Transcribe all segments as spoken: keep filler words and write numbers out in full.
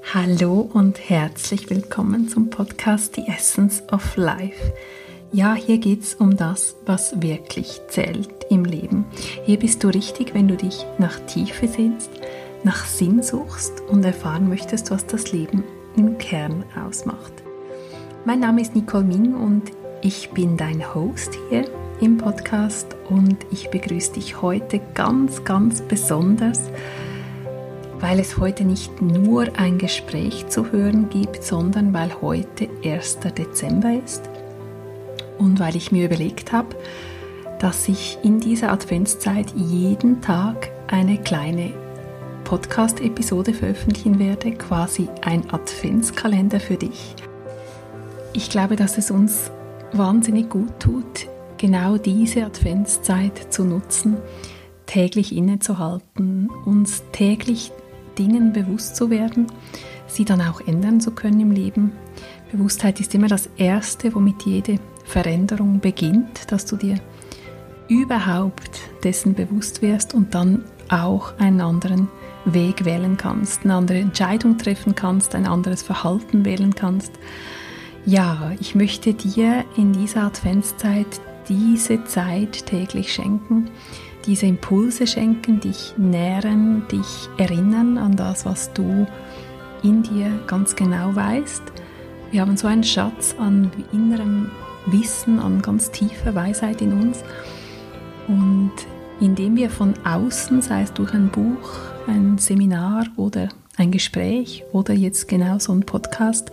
Hallo und herzlich willkommen zum Podcast The Essence of Life. Ja, hier geht es um das, was wirklich zählt im Leben. Hier bist du richtig, wenn du dich nach Tiefe sehnst, nach Sinn suchst und erfahren möchtest, was das Leben im Kern ausmacht. Mein Name ist Nicole Ming und ich bin dein Host hier im Podcast und ich begrüße dich heute ganz, ganz besonders, weil es heute nicht nur ein Gespräch zu hören gibt, sondern weil heute erster Dezember ist und weil ich mir überlegt habe, dass ich in dieser Adventszeit jeden Tag eine kleine Podcast-Episode veröffentlichen werde, quasi ein Adventskalender für dich. Ich glaube, dass es uns wahnsinnig gut tut, genau diese Adventszeit zu nutzen, täglich innezuhalten, uns täglich Dingen bewusst zu werden, sie dann auch ändern zu können im Leben. Bewusstheit ist immer das Erste, womit jede Veränderung beginnt, dass du dir überhaupt dessen bewusst wirst und dann auch einen anderen Weg wählen kannst, eine andere Entscheidung treffen kannst, ein anderes Verhalten wählen kannst. Ja, ich möchte dir in dieser Adventszeit diese Zeit täglich schenken, diese Impulse schenken, dich nähren, dich erinnern an das, was du in dir ganz genau weißt. Wir haben so einen Schatz an innerem Wissen, an ganz tiefer Weisheit in uns. Und indem wir von außen, sei es durch ein Buch, ein Seminar oder ein Gespräch oder jetzt genau so ein Podcast,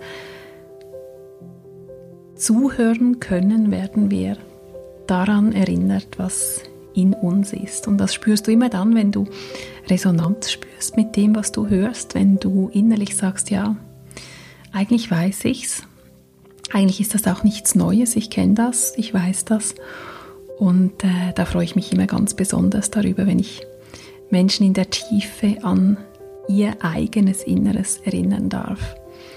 zuhören können, werden wir daran erinnert, was in uns ist. Und das spürst du immer dann, wenn du Resonanz spürst mit dem, was du hörst, wenn du innerlich sagst, ja, eigentlich weiß ich's, eigentlich ist das auch nichts Neues, ich kenne das, ich weiß das. Und äh, da freue ich mich immer ganz besonders darüber, wenn ich Menschen in der Tiefe an ihr eigenes Inneres erinnern darf.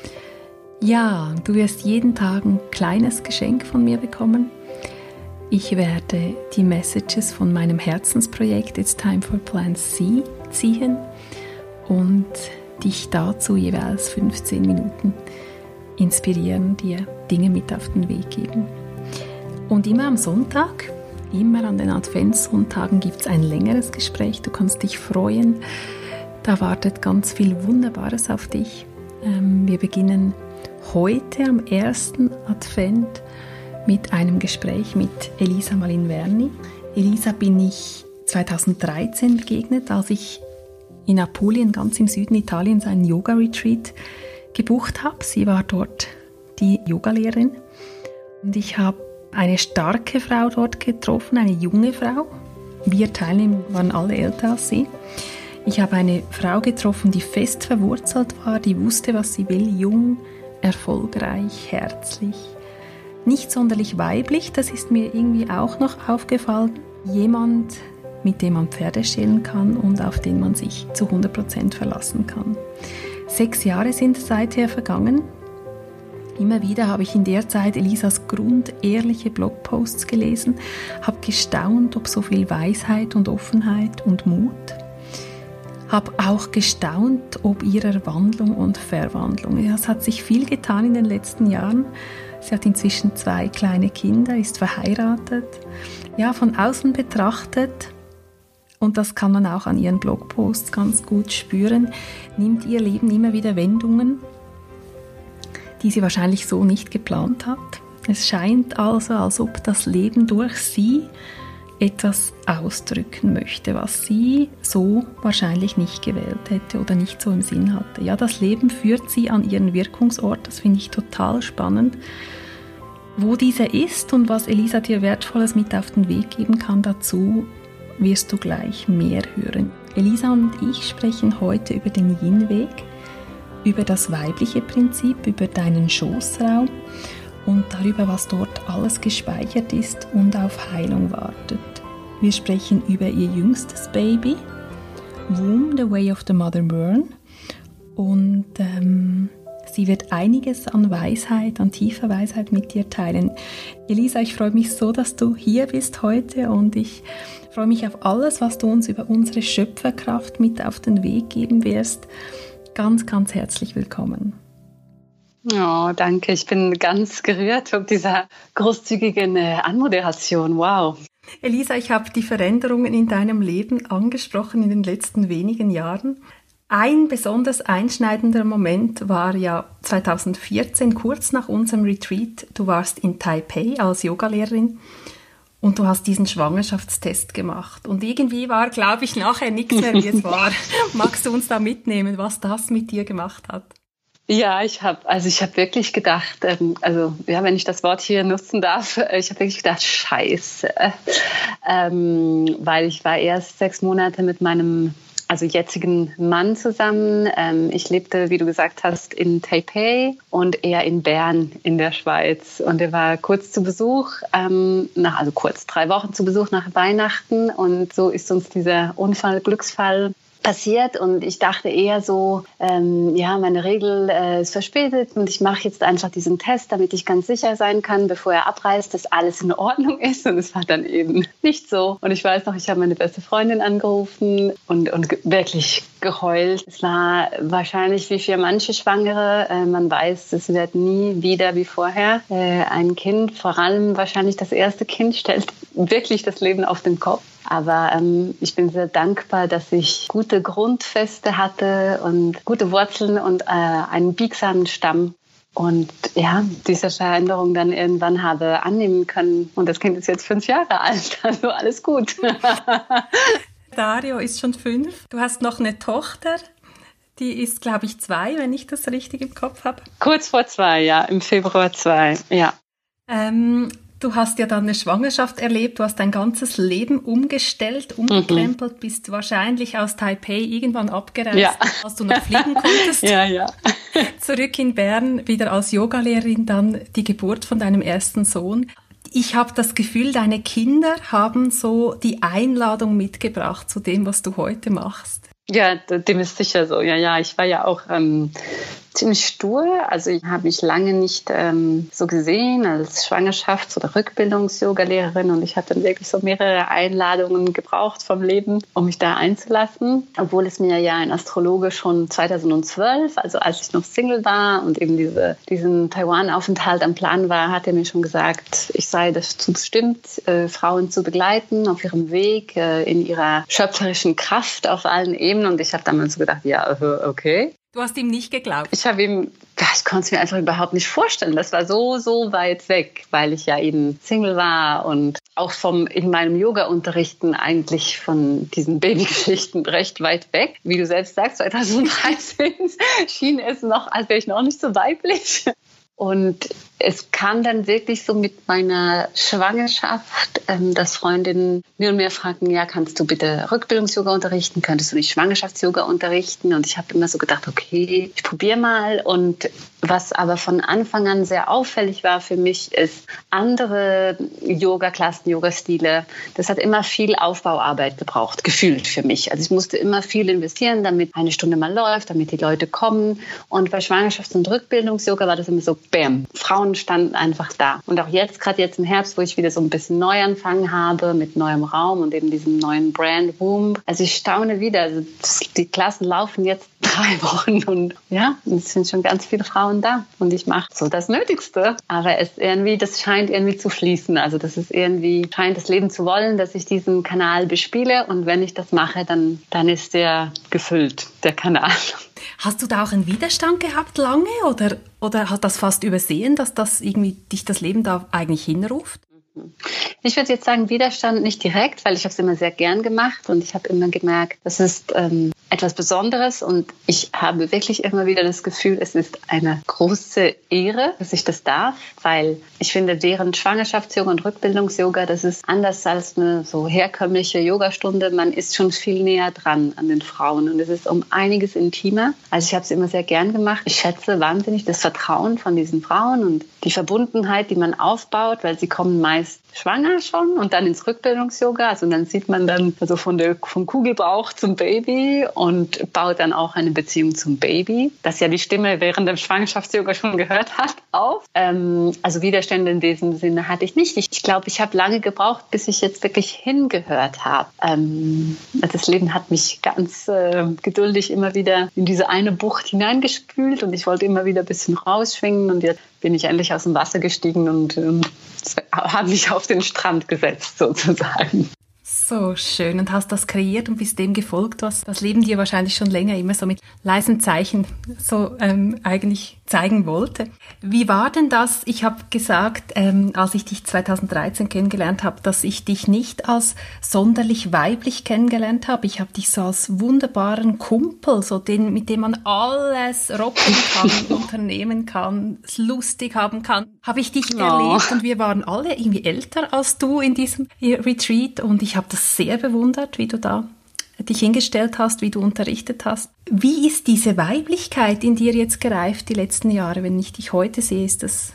Ja, du wirst jeden Tag ein kleines Geschenk von mir bekommen. Ich werde die Messages von meinem Herzensprojekt It's Time for Plan C ziehen und dich dazu jeweils fünfzehn Minuten inspirieren, dir Dinge mit auf den Weg geben. Und immer am Sonntag, immer an den Adventssonntagen gibt es ein längeres Gespräch. Du kannst dich freuen. Da wartet ganz viel Wunderbares auf dich. Wir beginnen heute am ersten Advent mit einem Gespräch mit Elisa Malin-Verni. Elisa bin ich zweitausenddreizehn begegnet, als ich in Apulien, ganz im Süden Italiens, einen Yoga-Retreat gebucht habe. Sie war dort die Yogalehrerin und ich habe eine starke Frau dort getroffen, eine junge Frau. Wir Teilnehmer waren alle älter als sie. Ich habe eine Frau getroffen, die fest verwurzelt war, die wusste, was sie will, jung, erfolgreich, herzlich. Nicht sonderlich weiblich, das ist mir irgendwie auch noch aufgefallen. Jemand, mit dem man Pferde stehlen kann und auf den man sich zu hundert Prozent verlassen kann. Sechs Jahre sind seither vergangen. Immer wieder habe ich in der Zeit Elisas grundehrliche Blogposts gelesen, habe gestaunt, ob so viel Weisheit und Offenheit und Mut. Habe auch gestaunt, ob ihrer Wandlung und Verwandlung. Ja, es hat sich viel getan in den letzten Jahren. Sie hat inzwischen zwei kleine Kinder, ist verheiratet. Ja, von außen betrachtet, und das kann man auch an ihren Blogposts ganz gut spüren, nimmt ihr Leben immer wieder Wendungen, die sie wahrscheinlich so nicht geplant hat. Es scheint also, als ob das Leben durch sie etwas ausdrücken möchte, was sie so wahrscheinlich nicht gewählt hätte oder nicht so im Sinn hatte. Ja, das Leben führt sie an ihren Wirkungsort, das finde ich total spannend. Wo dieser ist und was Elisa dir Wertvolles mit auf den Weg geben kann, dazu wirst du gleich mehr hören. Elisa und ich sprechen heute über den Yin-Weg, über das weibliche Prinzip, über deinen Schoßraum und darüber, was dort alles gespeichert ist und auf Heilung wartet. Wir sprechen über ihr jüngstes Baby, Womb, The Way of the Mother Burn, und ähm, sie wird einiges an Weisheit, an tiefer Weisheit mit dir teilen. Elisa, ich freue mich so, dass du hier bist heute und ich freue mich auf alles, was du uns über unsere Schöpferkraft mit auf den Weg geben wirst. ganz, ganz herzlich willkommen. Oh, danke. Ich bin ganz gerührt von dieser großzügigen Anmoderation. Wow. Elisa, ich habe die Veränderungen in deinem Leben angesprochen in den letzten wenigen Jahren. Ein besonders einschneidender Moment war ja zwanzig vierzehn, kurz nach unserem Retreat. Du warst in Taipei als Yogalehrerin und du hast diesen Schwangerschaftstest gemacht. Und irgendwie war, glaube ich, nachher nichts mehr, wie es war. Magst du uns da mitnehmen, was das mit dir gemacht hat? Ja, ich habe also ich habe wirklich gedacht, ähm, also ja, wenn ich das Wort hier nutzen darf, äh, ich habe wirklich gedacht, Scheiße, ähm, weil ich war erst sechs Monate mit meinem also jetzigen Mann zusammen. Ähm, ich lebte, wie du gesagt hast, in Taipei und er in Bern in der Schweiz. Und er war kurz zu Besuch, ähm, nach, also kurz drei Wochen zu Besuch nach Weihnachten. Und so ist uns dieser Unfall, Glücksfall passiert und ich dachte eher so, ähm, ja, meine Regel äh, ist verspätet und ich mache jetzt einfach diesen Test, damit ich ganz sicher sein kann, bevor er abreist, dass alles in Ordnung ist und es war dann eben nicht so. Und ich weiß noch, ich habe meine beste Freundin angerufen und, und ge- wirklich geheult. Es war wahrscheinlich wie für manche Schwangere, äh, man weiß, es wird nie wieder wie vorher. Äh, ein Kind, vor allem wahrscheinlich das erste Kind, stellt wirklich das Leben auf den Kopf. Aber ähm, ich bin sehr dankbar, dass ich gute Grundfeste hatte und gute Wurzeln und äh, einen biegsamen Stamm. Und ja, diese Veränderung dann irgendwann habe annehmen können. Und das Kind ist jetzt fünf Jahre alt, also alles gut. Dario ist schon fünf. Du hast noch eine Tochter, die ist, glaube ich, zwei, wenn ich das richtig im Kopf habe. Kurz vor zwei, ja, im Februar zwei, ja. Ähm, Du hast ja dann eine Schwangerschaft erlebt, du hast dein ganzes Leben umgestellt, umgekrempelt, mhm. bist wahrscheinlich aus Taipei irgendwann abgereist, ja. als du noch fliegen konntest. Ja, ja. Zurück in Bern, wieder als Yogalehrerin, dann die Geburt von deinem ersten Sohn. Ich habe das Gefühl, deine Kinder haben so die Einladung mitgebracht zu dem, was du heute machst. Ja, dem ist sicher so. Ja, ja, ich war ja auch ähm, ziemlich stur. Also ich habe mich lange nicht ähm, so gesehen als Schwangerschafts- oder Rückbildungs-Yoga-Lehrerin und ich habe dann wirklich so mehrere Einladungen gebraucht vom Leben, um mich da einzulassen. Obwohl es mir ja ein Astrologe schon zweitausendzwölf, also als ich noch Single war und eben diese, diesen Taiwan-Aufenthalt am Plan war, hat er mir schon gesagt, ich sei dazu bestimmt, äh, Frauen zu begleiten auf ihrem Weg, äh, in ihrer schöpferischen Kraft auf allen Ebenen. Und ich habe damals so gedacht, ja, okay. Du hast ihm nicht geglaubt? Ich habe ihm, ich konnte es mir einfach überhaupt nicht vorstellen. Das war so, so weit weg, weil ich ja eben Single war und auch vom in meinem Yoga-Unterrichten eigentlich von diesen Babygeschichten recht weit weg. Wie du selbst sagst, zweitausenddreizehn schien es noch, als wäre ich noch nicht so weiblich. Und es kam dann wirklich so mit meiner Schwangerschaft, ähm, dass Freundinnen mir und mir fragten, ja, kannst du bitte Rückbildungs-Yoga unterrichten? Könntest du nicht Schwangerschafts-Yoga unterrichten? Und ich habe immer so gedacht, okay, ich probiere mal. Und was aber von Anfang an sehr auffällig war für mich, ist andere Yoga-Klassen, Yoga-Stile. Das hat immer viel Aufbauarbeit gebraucht, gefühlt für mich. Also ich musste immer viel investieren, damit eine Stunde mal läuft, damit die Leute kommen. Und bei Schwangerschafts- und Rückbildungs-Yoga war das immer so, bam, Frauen standen einfach da. Und auch jetzt, gerade jetzt im Herbst, wo ich wieder so ein bisschen neu angefangen habe mit neuem Raum und eben diesem neuen Brand Womb. Also ich staune wieder. Also die Klassen laufen jetzt drei Wochen und ja, es sind schon ganz viele Frauen da. Und ich mache so das Nötigste. Aber es irgendwie, das scheint irgendwie zu fließen. Also das ist irgendwie, scheint das Leben zu wollen, dass ich diesen Kanal bespiele. Und wenn ich das mache, dann, dann ist der gefüllt, der Kanal. Hast du da auch einen Widerstand gehabt lange oder, oder hat das fast übersehen, dass das irgendwie dich das Leben da eigentlich hinruft? Ich würde jetzt sagen, Widerstand nicht direkt, weil ich habe es immer sehr gern gemacht und ich habe immer gemerkt, das ist ähm, etwas Besonderes und ich habe wirklich immer wieder das Gefühl, es ist eine große Ehre, dass ich das darf, weil ich finde, deren Schwangerschafts-Yoga und Rückbildungs-Yoga, das ist anders als eine so herkömmliche Yogastunde. Man ist schon viel näher dran an den Frauen und es ist um einiges intimer. Also ich habe es immer sehr gern gemacht. Ich schätze wahnsinnig das Vertrauen von diesen Frauen und die Verbundenheit, die man aufbaut, weil sie kommen meist schwanger schon und dann ins Rückbildungs-Yoga. Also dann sieht man dann also von der, vom Kugelbauch zum Baby und baut dann auch eine Beziehung zum Baby, das ja die Stimme während dem Schwangerschafts-Yoga schon gehört hat, auf. Ähm, also Widerstände in diesem Sinne hatte ich nicht. Ich, ich glaube, ich habe lange gebraucht, bis ich jetzt wirklich hingehört habe. Ähm, das Leben hat mich ganz äh, geduldig immer wieder in diese eine Bucht hineingespült und ich wollte immer wieder ein bisschen rausschwingen und jetzt bin ich endlich aus dem Wasser gestiegen und ähm, habe mich auf den Strand gesetzt sozusagen. So schön und hast das kreiert und bist dem gefolgt, was das Leben dir wahrscheinlich schon länger immer so mit leisen Zeichen so ähm, eigentlich zeigen wollte. Wie war denn das? Ich habe gesagt, ähm, als ich dich zweitausenddreizehn kennengelernt habe, dass ich dich nicht als sonderlich weiblich kennengelernt habe. Ich habe dich so als wunderbaren Kumpel, so den, mit dem man alles rocken kann, unternehmen kann, es lustig haben kann, habe ich dich oh. erlebt und wir waren alle irgendwie älter als du in diesem Retreat und ich habe das sehr bewundert, wie du da dich hingestellt hast, wie du unterrichtet hast. Wie ist diese Weiblichkeit in dir jetzt gereift die letzten Jahre? Wenn ich dich heute sehe, ist das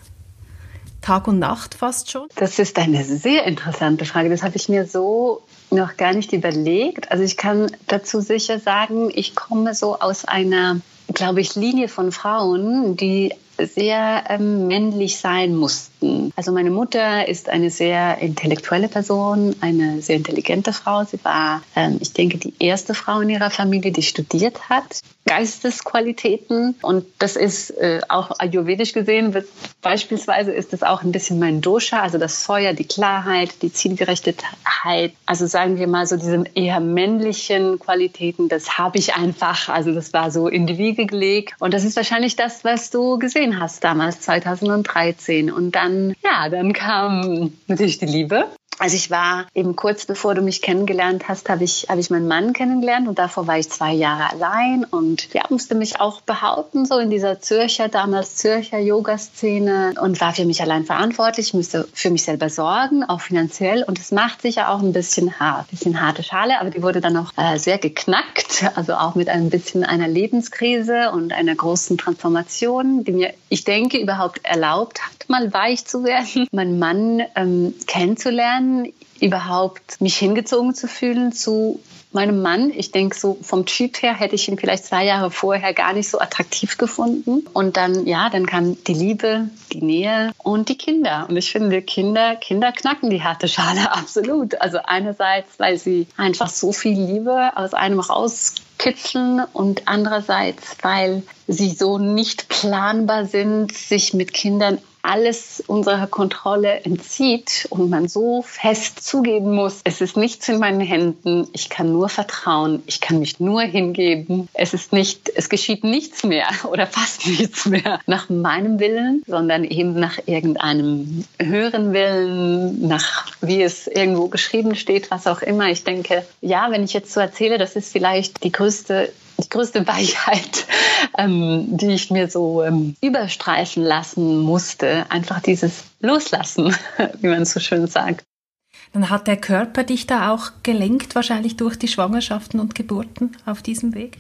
Tag und Nacht fast schon? Das ist eine sehr interessante Frage. Das habe ich mir so noch gar nicht überlegt. Also ich kann dazu sicher sagen, ich komme so aus einer, glaube ich, Linie von Frauen, die sehr ähm, männlich sein mussten. Also meine Mutter ist eine sehr intellektuelle Person, eine sehr intelligente Frau. Sie war, ähm, ich denke, die erste Frau in ihrer Familie, die studiert hat, Geistesqualitäten. Und das ist äh, auch ayurvedisch gesehen, wird, beispielsweise ist das auch ein bisschen mein Dosha, also das Feuer, die Klarheit, die Zielgerichtetheit. Also sagen wir mal so diese eher männlichen Qualitäten, das habe ich einfach. Also das war so in die Wiege gelegt. Und das ist wahrscheinlich das, was du gesehen hast damals, zweitausenddreizehn. Und dann, ja, dann kam natürlich die Liebe. Also ich war eben kurz bevor du mich kennengelernt hast, habe ich, habe ich meinen Mann kennengelernt und davor war ich zwei Jahre allein und ja, musste mich auch behaupten, so in dieser Zürcher, damals Zürcher Yoga-Szene und war für mich allein verantwortlich, musste für mich selber sorgen, auch finanziell und es macht sich ja auch ein bisschen hart, ein bisschen harte Schale, aber die wurde dann auch äh, sehr geknackt, also auch mit ein bisschen einer Lebenskrise und einer großen Transformation, die mir, ich denke, überhaupt erlaubt hat, mal weich zu werden, meinen Mann ähm, kennenzulernen, überhaupt mich hingezogen zu fühlen zu meinem Mann. Ich denke, so vom Typ her hätte ich ihn vielleicht zwei Jahre vorher gar nicht so attraktiv gefunden. Und dann, ja, dann kam die Liebe, die Nähe und die Kinder. Und ich finde, Kinder, Kinder knacken die harte Schale absolut. Also einerseits, weil sie einfach so viel Liebe aus einem rauskitzeln und andererseits, weil sie so nicht planbar sind, sich mit Kindern alles unserer Kontrolle entzieht und man so fest zugeben muss, es ist nichts in meinen Händen, ich kann nur vertrauen, ich kann mich nur hingeben, es ist nicht, es geschieht nichts mehr oder fast nichts mehr nach meinem Willen, sondern eben nach irgendeinem höheren Willen, nach wie es irgendwo geschrieben steht, was auch immer. Ich denke, ja, wenn ich jetzt so erzähle, das ist vielleicht die größte Die größte Weichheit, ähm, die ich mir so ähm, überstreifen lassen musste. Einfach dieses Loslassen, wie man so schön sagt. Dann hat der Körper dich da auch gelenkt, wahrscheinlich durch die Schwangerschaften und Geburten auf diesem Weg?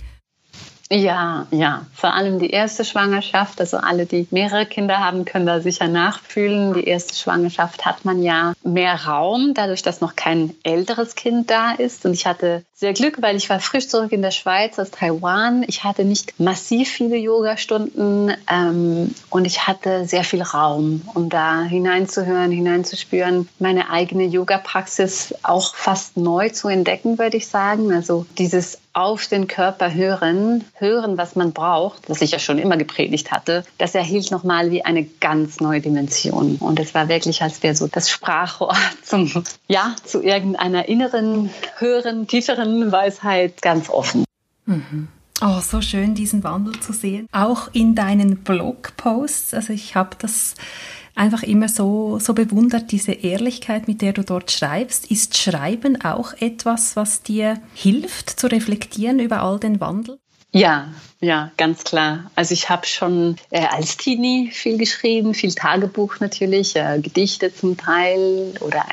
Ja, ja, vor allem die erste Schwangerschaft, also alle, die mehrere Kinder haben, können da sicher nachfühlen. Die erste Schwangerschaft hat man ja mehr Raum, dadurch, dass noch kein älteres Kind da ist. Und ich hatte sehr Glück, weil ich war frisch zurück in der Schweiz aus Taiwan. Ich hatte nicht massiv viele Yogastunden ähm, und ich hatte sehr viel Raum, um da hineinzuhören, hineinzuspüren, meine eigene Yoga-Praxis auch fast neu zu entdecken, würde ich sagen. Also dieses auf den Körper hören, hören, was man braucht, was ich ja schon immer gepredigt hatte, das erhielt nochmal wie eine ganz neue Dimension. Und es war wirklich, als wäre so das Sprachrohr zum, ja, zu irgendeiner inneren, höheren, tieferen Weisheit ganz offen. Mhm. Oh, so schön, diesen Wandel zu sehen. Auch in deinen Blogposts, also ich habe das einfach immer so, so bewundert, diese Ehrlichkeit, mit der du dort schreibst. Ist Schreiben auch etwas, was dir hilft, zu reflektieren über all den Wandel? Ja, ja, ganz klar. Also ich habe schon äh, als Teenie viel geschrieben, viel Tagebuch natürlich, äh, Gedichte zum Teil oder einfach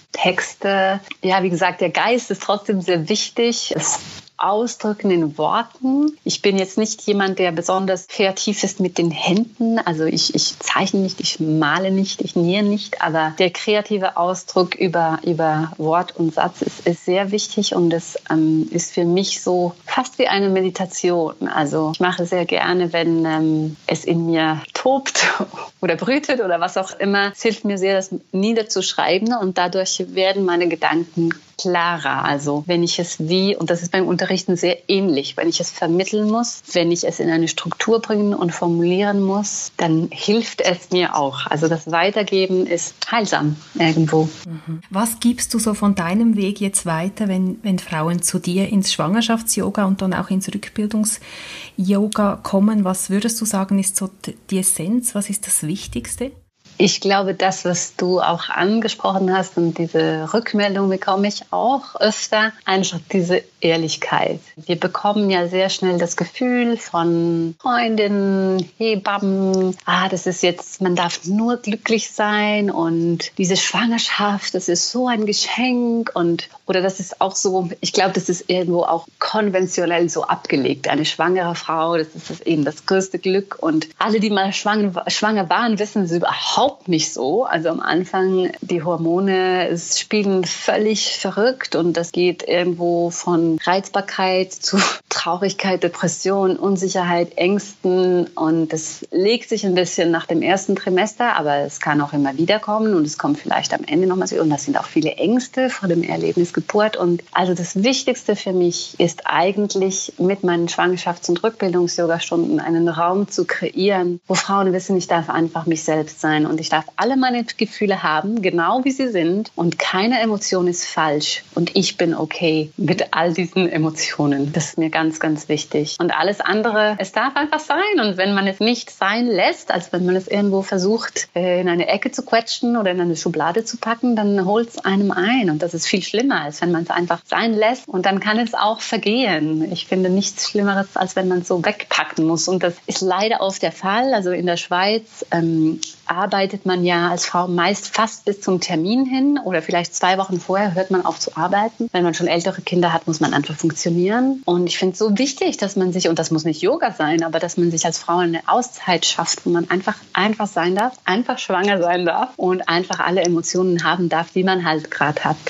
Texte. Ja, wie gesagt, der Geist ist trotzdem sehr wichtig. Es Ausdrücken in Worten. Ich bin jetzt nicht jemand, der besonders kreativ ist mit den Händen. Also ich, ich zeichne nicht, ich male nicht, ich nähe nicht. Aber der kreative Ausdruck über, über Wort und Satz ist, ist sehr wichtig und das ähm, ist für mich so fast wie eine Meditation. Also ich mache sehr gerne, wenn ähm, es in mir tobt oder brütet oder was auch immer. Es hilft mir sehr, das niederzuschreiben und dadurch werden meine Gedanken klarer. Also wenn ich es wie, und das ist beim Unterrichten sehr ähnlich, wenn ich es vermitteln muss, wenn ich es in eine Struktur bringen und formulieren muss, dann hilft es mir auch. Also das Weitergeben ist heilsam irgendwo. Was gibst du so von deinem Weg jetzt weiter, wenn, wenn Frauen zu dir ins Schwangerschafts-Yoga und dann auch ins Rückbildungs-Yoga kommen? Was würdest du sagen, ist so die Essenz? Was ist das Wichtigste? Ich glaube, das, was du auch angesprochen hast und diese Rückmeldung bekomme ich auch öfter, einfach diese Ehrlichkeit. Wir bekommen ja sehr schnell das Gefühl von Freundinnen, Hebammen, ah, das ist jetzt, man darf nur glücklich sein und diese Schwangerschaft, das ist so ein Geschenk und oder das ist auch so, ich glaube, das ist irgendwo auch konventionell so abgelegt. Eine schwangere Frau, das ist das eben das größte Glück und alle, die mal schwanger, schwanger waren, wissen es überhaupt nicht so. Also am Anfang, die Hormone es spielen völlig verrückt und das geht irgendwo von Reizbarkeit zu Traurigkeit, Depression, Unsicherheit, Ängsten und das legt sich ein bisschen nach dem ersten Trimester, aber es kann auch immer wieder kommen und es kommt vielleicht am Ende nochmal so und das sind auch viele Ängste vor dem Erlebnis Geburt und also das Wichtigste für mich ist eigentlich mit meinen Schwangerschafts- und Rückbildungs-Yoga-Stunden einen Raum zu kreieren, wo Frauen wissen, ich darf einfach mich selbst sein und ich darf alle meine Gefühle haben, genau wie sie sind und keine Emotion ist falsch und ich bin okay mit all diesen Emotionen. Das ist mir ganz, ganz wichtig. Und alles andere, es darf einfach sein und wenn man es nicht sein lässt, als wenn man es irgendwo versucht, in eine Ecke zu quetschen oder in eine Schublade zu packen, dann holt es einem ein und das ist viel schlimmer, als wenn man es einfach sein lässt und dann kann es auch vergehen. Ich finde nichts Schlimmeres, als wenn man es so wegpacken muss und das ist leider oft der Fall. Also in der Schweiz ähm, arbeitet man ja als Frau meist fast bis zum Termin hin oder vielleicht zwei Wochen vorher hört man auf zu arbeiten. Wenn man schon ältere Kinder hat, muss man einfach funktionieren. Und ich finde es so wichtig, dass man sich, und das muss nicht Yoga sein, aber dass man sich als Frau eine Auszeit schafft, wo man einfach, einfach sein darf, einfach schwanger sein darf und einfach alle Emotionen haben darf, die man halt gerade hat.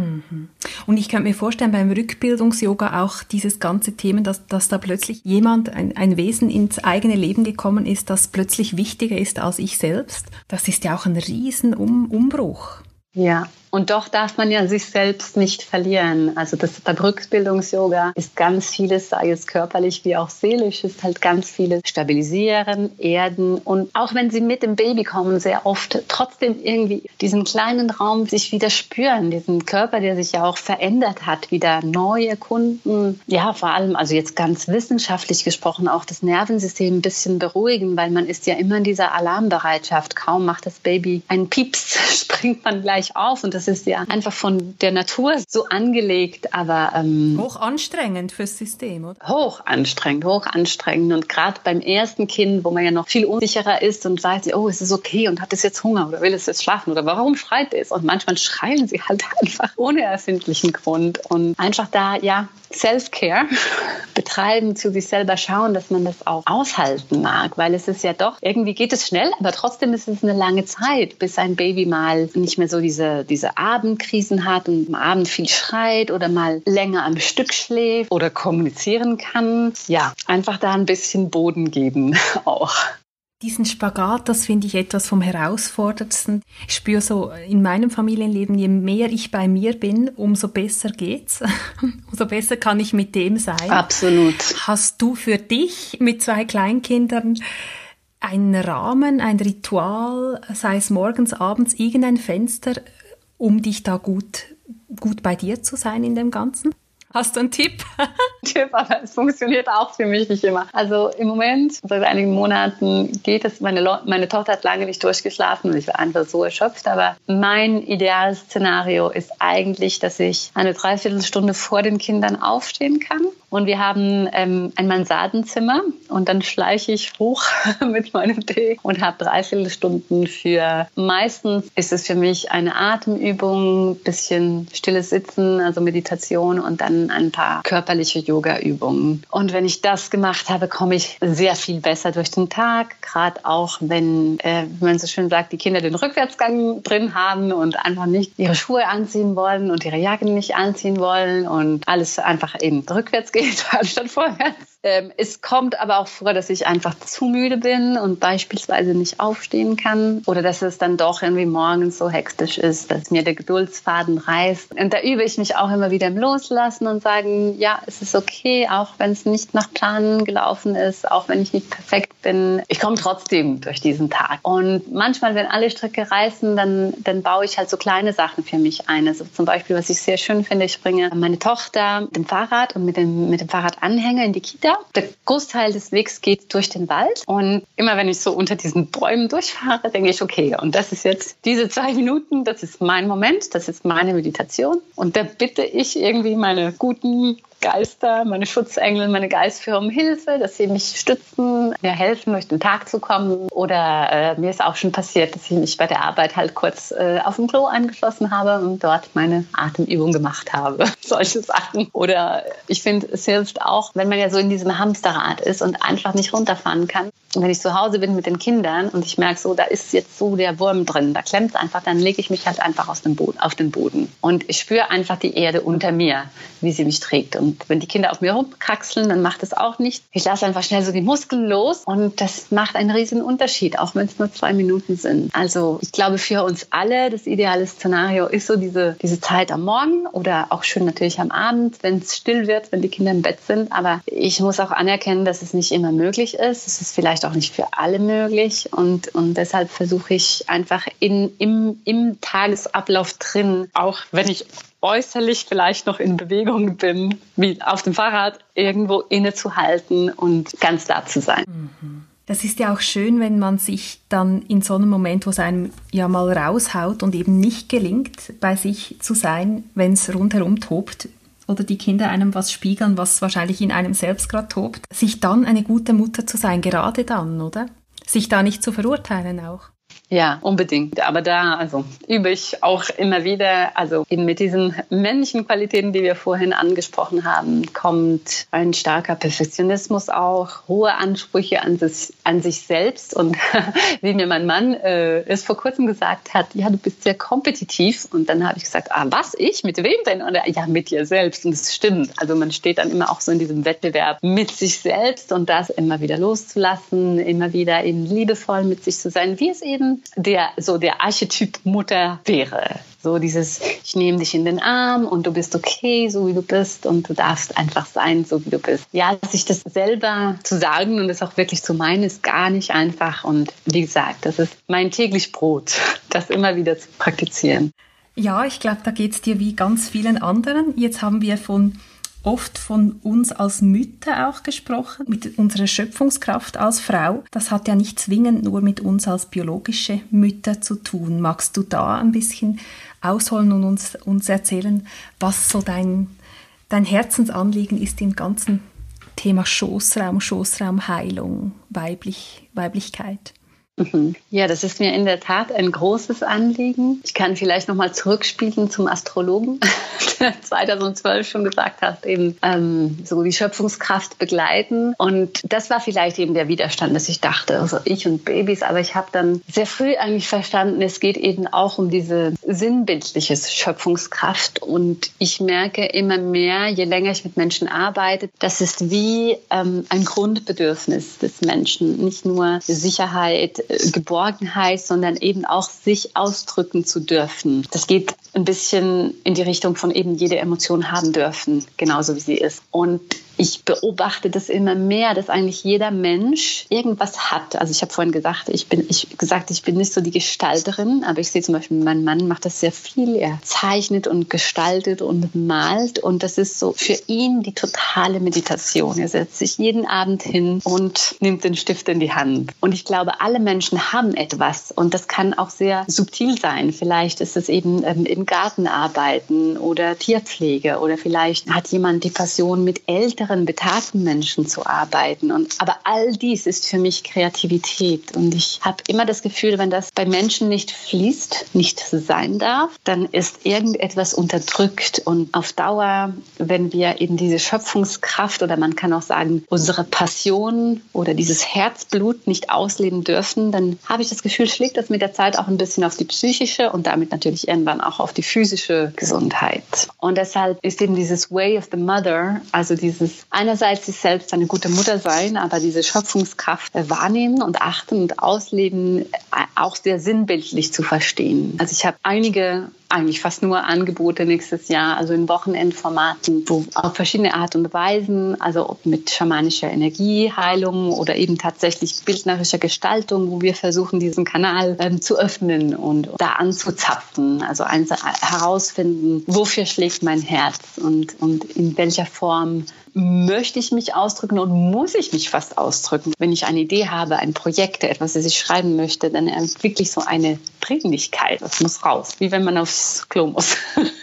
Und ich könnte mir vorstellen, beim Rückbildungs-Yoga auch dieses ganze Thema, dass, dass da plötzlich jemand, ein, ein Wesen ins eigene Leben gekommen ist, das plötzlich wichtiger ist als ich selbst. Das ist ja auch ein riesen um- Umbruch. Ja. Und doch darf man ja sich selbst nicht verlieren. Also das bei Rückbildungs-Yoga ist ganz vieles, sei es körperlich wie auch seelisch, ist halt ganz vieles stabilisieren, erden. Und auch wenn sie mit dem Baby kommen, sehr oft trotzdem irgendwie diesen kleinen Raum sich wieder spüren, diesen Körper, der sich ja auch verändert hat, wieder neu erkunden. Ja, vor allem, also jetzt ganz wissenschaftlich gesprochen, auch das Nervensystem ein bisschen beruhigen, weil man ist ja immer in dieser Alarmbereitschaft. Kaum macht das Baby einen Pieps, springt man gleich auf und das Das ist ja einfach von der Natur so angelegt, aber ähm, hoch anstrengend fürs System, oder? Hoch anstrengend, hoch anstrengend. Und gerade beim ersten Kind, wo man ja noch viel unsicherer ist und weiß, oh, ist es okay und hat es jetzt Hunger oder will es jetzt schlafen oder warum schreit es? Und manchmal schreien sie halt einfach ohne erfindlichen Grund. Und einfach da, ja, Self-Care betreiben, zu sich selber schauen, dass man das auch aushalten mag, weil es ist ja doch, irgendwie geht es schnell, aber trotzdem ist es eine lange Zeit, bis ein Baby mal nicht mehr so diese, diese Abendkrisen hat und am Abend viel schreit oder mal länger am Stück schläft oder kommunizieren kann. Ja, einfach da ein bisschen Boden geben auch. Diesen Spagat, das finde ich etwas vom Herausforderndsten. Ich spüre so in meinem Familienleben, je mehr ich bei mir bin, umso besser geht's. Umso besser kann ich mit dem sein. Absolut. Hast du für dich mit zwei Kleinkindern einen Rahmen, ein Ritual, sei es morgens, abends, irgendein Fenster, um dich da gut, gut bei dir zu sein in dem Ganzen? Hast du einen Tipp? Tipp, aber es funktioniert auch für mich nicht immer. Also im Moment, seit einigen Monaten geht es, meine, Le- meine Tochter hat lange nicht durchgeschlafen und ich war einfach so erschöpft, aber mein ideales Szenario ist eigentlich, dass ich eine Dreiviertelstunde vor den Kindern aufstehen kann Und wir haben ähm, ein Mansardenzimmer und dann schleiche ich hoch mit meinem Tee und habe dreiviertel Stunden für, meistens ist es für mich eine Atemübung, bisschen stilles Sitzen, also Meditation und dann ein paar körperliche Yoga-Übungen. Und wenn ich das gemacht habe, komme ich sehr viel besser durch den Tag, gerade auch wenn, äh, wie man so schön sagt, die Kinder den Rückwärtsgang drin haben und einfach nicht ihre Schuhe anziehen wollen und ihre Jacken nicht anziehen wollen und alles einfach eben rückwärts geht, anstatt vorwärts. Ähm, es kommt aber auch vor, dass ich einfach zu müde bin und beispielsweise nicht aufstehen kann oder dass es dann doch irgendwie morgens so hektisch ist, dass mir der Geduldsfaden reißt. Und da übe ich mich auch immer wieder im Loslassen und sagen, ja, es ist okay, auch wenn es nicht nach Plan gelaufen ist, auch wenn ich nicht perfekt bin. Ich komme trotzdem durch diesen Tag. Und manchmal, wenn alle Stricke reißen, dann, dann baue ich halt so kleine Sachen für mich ein. Also zum Beispiel, was ich sehr schön finde, ich bringe meine Tochter mit dem Fahrrad und mit dem, mit dem Fahrradanhänger in die Kita. Der Großteil des Wegs geht durch den Wald. Und immer wenn ich so unter diesen Bäumen durchfahre, denke ich, okay, und das ist jetzt diese zwei Minuten, das ist mein Moment, das ist meine Meditation. Und da bitte ich irgendwie meine guten Geister, meine Schutzengel, meine Geistführer um Hilfe, dass sie mich stützen, mir helfen, durch den Tag zu kommen. Oder äh, mir ist auch schon passiert, dass ich mich bei der Arbeit halt kurz äh, auf dem Klo eingeschlossen habe und dort meine Atemübung gemacht habe. Solche Sachen. Oder ich finde, es hilft auch, wenn man ja so in diesem Hamsterrad ist und einfach nicht runterfahren kann. Und wenn ich zu Hause bin mit den Kindern und ich merke so, da ist jetzt so der Wurm drin, da klemmt es einfach, dann lege ich mich halt einfach aus dem Boden, auf den Boden. Und ich spüre einfach die Erde unter mir, wie sie mich trägt. Und wenn die Kinder auf mir rumkraxeln, dann macht das auch nichts. Ich lasse einfach schnell so die Muskeln los und das macht einen riesen Unterschied, auch wenn es nur zwei Minuten sind. Also ich glaube, für uns alle, das ideale Szenario ist so diese, diese Zeit am Morgen oder auch schön natürlich am Abend, wenn es still wird, wenn die Kinder im Bett sind. Aber ich muss auch anerkennen, dass es nicht immer möglich ist. Es ist vielleicht auch nicht für alle möglich und, und deshalb versuche ich einfach in, im, im Tagesablauf drin, auch wenn ich äußerlich vielleicht noch in Bewegung bin, wie auf dem Fahrrad, irgendwo innezuhalten und ganz da zu sein. Das ist ja auch schön, wenn man sich dann in so einem Moment, wo es einem ja mal raushaut und eben nicht gelingt, bei sich zu sein, wenn es rundherum tobt oder die Kinder einem was spiegeln, was wahrscheinlich in einem selbst gerade tobt, sich dann eine gute Mutter zu sein, gerade dann, oder? Sich da nicht zu verurteilen auch. Ja, unbedingt. Aber da also übe ich auch immer wieder, also eben mit diesen männlichen Qualitäten, die wir vorhin angesprochen haben, kommt ein starker Perfektionismus auch, hohe Ansprüche an sich, an sich selbst. Und wie mir mein Mann äh, es vor kurzem gesagt hat, ja, du bist sehr kompetitiv. Und dann habe ich gesagt, ah, was, ich? Mit wem denn? Und er, ja, mit dir selbst. Und es stimmt. Also man steht dann immer auch so in diesem Wettbewerb mit sich selbst und das immer wieder loszulassen, immer wieder eben liebevoll mit sich zu sein, wie es eben der so der Archetyp Mutter wäre. So dieses, ich nehme dich in den Arm und du bist okay, so wie du bist und du darfst einfach sein, so wie du bist. Ja, sich das selber zu sagen und das auch wirklich zu meinen, ist gar nicht einfach. Und wie gesagt, das ist mein täglich Brot, das immer wieder zu praktizieren. Ja, ich glaube, da geht es dir wie ganz vielen anderen. Jetzt haben wir von oft von uns als Mütter auch gesprochen, mit unserer Schöpfungskraft als Frau. Das hat ja nicht zwingend nur mit uns als biologische Mütter zu tun. Magst du da ein bisschen ausholen und uns, uns erzählen, was so dein, dein Herzensanliegen ist im ganzen Thema Schoßraum, Schoßraumheilung, Weiblich, Weiblichkeit? Ja, das ist mir in der Tat ein großes Anliegen. Ich kann vielleicht nochmal zurückspielen zum Astrologen, der zweitausendzwölf schon gesagt hat, eben ähm, so die Schöpfungskraft begleiten. Und das war vielleicht eben der Widerstand, dass ich dachte, also ich und Babys, aber ich habe dann sehr früh eigentlich verstanden, es geht eben auch um diese sinnbildliche Schöpfungskraft. Und ich merke immer mehr, je länger ich mit Menschen arbeite, das ist wie ähm, ein Grundbedürfnis des Menschen, nicht nur Sicherheit, Geborgenheit, sondern eben auch sich ausdrücken zu dürfen. Das geht ein bisschen in die Richtung von eben jede Emotion haben dürfen, genauso wie sie ist. Und ich beobachte das immer mehr, dass eigentlich jeder Mensch irgendwas hat. Also ich habe vorhin gesagt, ich bin, ich gesagt, ich bin nicht so die Gestalterin, aber ich sehe zum Beispiel, mein Mann macht das sehr viel. Er zeichnet und gestaltet und malt und das ist so für ihn die totale Meditation. Er setzt sich jeden Abend hin und nimmt den Stift in die Hand. Und ich glaube, alle Menschen haben etwas und das kann auch sehr subtil sein. Vielleicht ist es eben ähm, im Garten arbeiten oder Tierpflege oder vielleicht hat jemand die Passion, mit Eltern älteren, betagten Menschen zu arbeiten. Und, aber all dies ist für mich Kreativität. Und ich habe immer das Gefühl, wenn das bei Menschen nicht fließt, nicht sein darf, dann ist irgendetwas unterdrückt. Und auf Dauer, wenn wir eben diese Schöpfungskraft oder man kann auch sagen, unsere Passion oder dieses Herzblut nicht ausleben dürfen, dann habe ich das Gefühl, schlägt das mit der Zeit auch ein bisschen auf die psychische und damit natürlich irgendwann auch auf die physische Gesundheit. Und deshalb ist eben dieses Way of the Mother, also dieses einerseits sich selbst eine gute Mutter sein, aber diese Schöpfungskraft wahrnehmen und achten und ausleben, auch sehr sinnbildlich zu verstehen. Also ich habe einige eigentlich fast nur Angebote nächstes Jahr, also in Wochenendformaten, wo auf verschiedene Art und Weisen, also ob mit schamanischer Energieheilung oder eben tatsächlich bildnerischer Gestaltung, wo wir versuchen, diesen Kanal ähm, zu öffnen und da anzuzapfen, also eins, herausfinden, wofür schlägt mein Herz und, und in welcher Form möchte ich mich ausdrücken und muss ich mich fast ausdrücken. Wenn ich eine Idee habe, ein Projekt, etwas, das ich schreiben möchte, dann wirklich so eine Dringlichkeit, das muss raus, wie wenn man aufs Klo muss.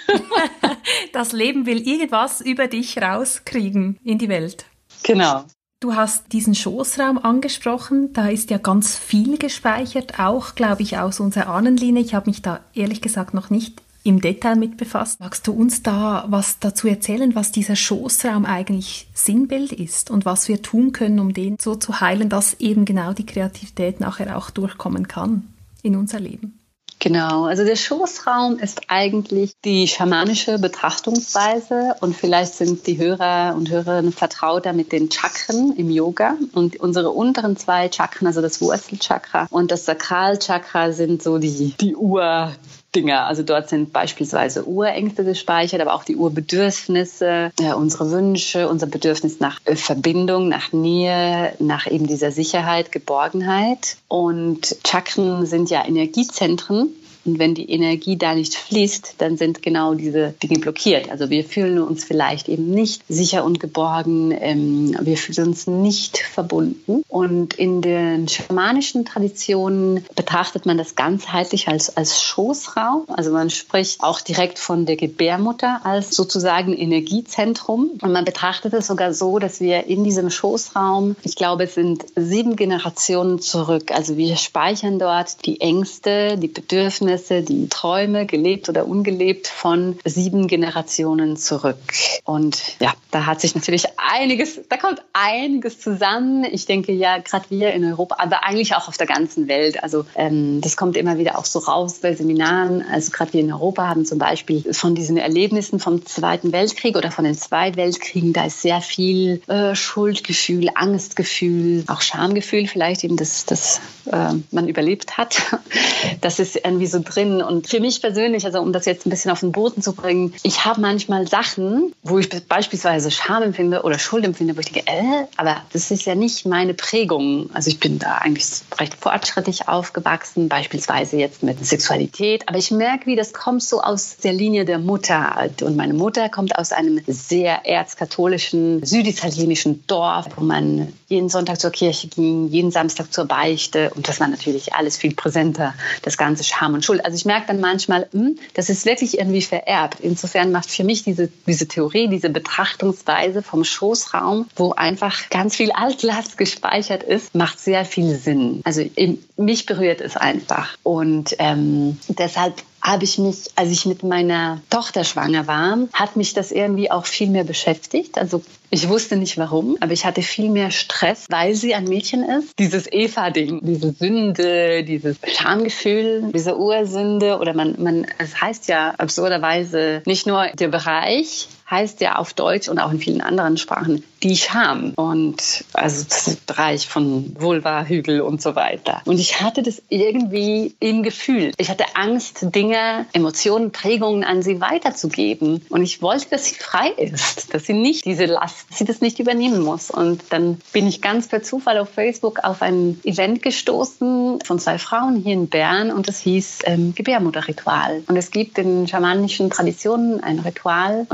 Das Leben will irgendwas über dich rauskriegen in die Welt. Genau. Du hast diesen Schoßraum angesprochen, da ist ja ganz viel gespeichert, auch, glaube ich, aus unserer Ahnenlinie. Ich habe mich da ehrlich gesagt noch nicht im Detail mit befasst. Magst du uns da was dazu erzählen, was dieser Schoßraum eigentlich Sinnbild ist und was wir tun können, um den so zu heilen, dass eben genau die Kreativität nachher auch durchkommen kann in unser Leben? Genau, also der Schoßraum ist eigentlich die schamanische Betrachtungsweise und vielleicht sind die Hörer und Hörerinnen vertrauter mit den Chakren im Yoga und unsere unteren zwei Chakren, also das Wurzelchakra und das Sakralchakra sind so die, die Ur- Dinge. Also dort sind beispielsweise Urängste gespeichert, aber auch die Urbedürfnisse, äh, unsere Wünsche, unser Bedürfnis nach äh, Verbindung, nach Nähe, nach eben dieser Sicherheit, Geborgenheit. Und Chakren sind ja Energiezentren. Und wenn die Energie da nicht fließt, dann sind genau diese Dinge blockiert. Also wir fühlen uns vielleicht eben nicht sicher und geborgen. Ähm, wir fühlen uns nicht verbunden. Und in den schamanischen Traditionen betrachtet man das ganzheitlich als, als Schoßraum. Also man spricht auch direkt von der Gebärmutter als sozusagen Energiezentrum. Und man betrachtet es sogar so, dass wir in diesem Schoßraum, ich glaube, es sind sieben Generationen zurück. Also wir speichern dort die Ängste, die Bedürfnisse, die Träume, gelebt oder ungelebt, von sieben Generationen zurück. Und ja, da hat sich natürlich einiges, da kommt einiges zusammen. Ich denke ja, gerade wir in Europa, aber eigentlich auch auf der ganzen Welt. Also ähm, das kommt immer wieder auch so raus bei Seminaren. Also gerade wir in Europa haben zum Beispiel von diesen Erlebnissen vom Zweiten Weltkrieg oder von den zwei Weltkriegen, da ist sehr viel äh, Schuldgefühl, Angstgefühl, auch Schamgefühl vielleicht eben, dass, dass äh, man überlebt hat. Das ist irgendwie so drin. Und für mich persönlich, also um das jetzt ein bisschen auf den Boden zu bringen, ich habe manchmal Sachen, wo ich beispielsweise Scham empfinde oder Schuld empfinde, wo ich denke, äh, aber das ist ja nicht meine Prägung. Also ich bin da eigentlich recht fortschrittlich aufgewachsen, beispielsweise jetzt mit Sexualität. Aber ich merke, wie das kommt so aus der Linie der Mutter. Und meine Mutter kommt aus einem sehr erzkatholischen, süditalienischen Dorf, wo man jeden Sonntag zur Kirche ging, jeden Samstag zur Beichte. Und das war natürlich alles viel präsenter, das ganze Scham und Schuld. Also ich merke dann manchmal, mh, das ist wirklich irgendwie vererbt. Insofern macht für mich diese, diese Theorie, diese Betrachtungsweise vom Schoßraum, wo einfach ganz viel Altlast gespeichert ist, macht sehr viel Sinn. Also eben, mich berührt es einfach. Und ähm, deshalb habe ich mich, als ich mit meiner Tochter schwanger war, hat mich das irgendwie auch viel mehr beschäftigt. Also ich wusste nicht warum, aber ich hatte viel mehr Stress, weil sie ein Mädchen ist. Dieses Eva-Ding, diese Sünde, dieses Schamgefühl, diese Ursünde oder man, man, es heißt ja absurderweise nicht nur der Bereich, heißt ja auf Deutsch und auch in vielen anderen Sprachen die Scham und also das Bereich von Vulva, Hügel und so weiter. Und ich hatte das irgendwie im Gefühl. Ich hatte Angst, Dinge, Emotionen, Prägungen an sie weiterzugeben. Und ich wollte, dass sie frei ist, dass sie nicht diese Last, dass sie das nicht übernehmen muss. Und dann bin ich ganz per Zufall auf Facebook auf ein Event gestoßen von zwei Frauen hier in Bern und das hieß ähm, Gebärmutterritual. Und es gibt in schamanischen Traditionen ein Ritual und das ist ganz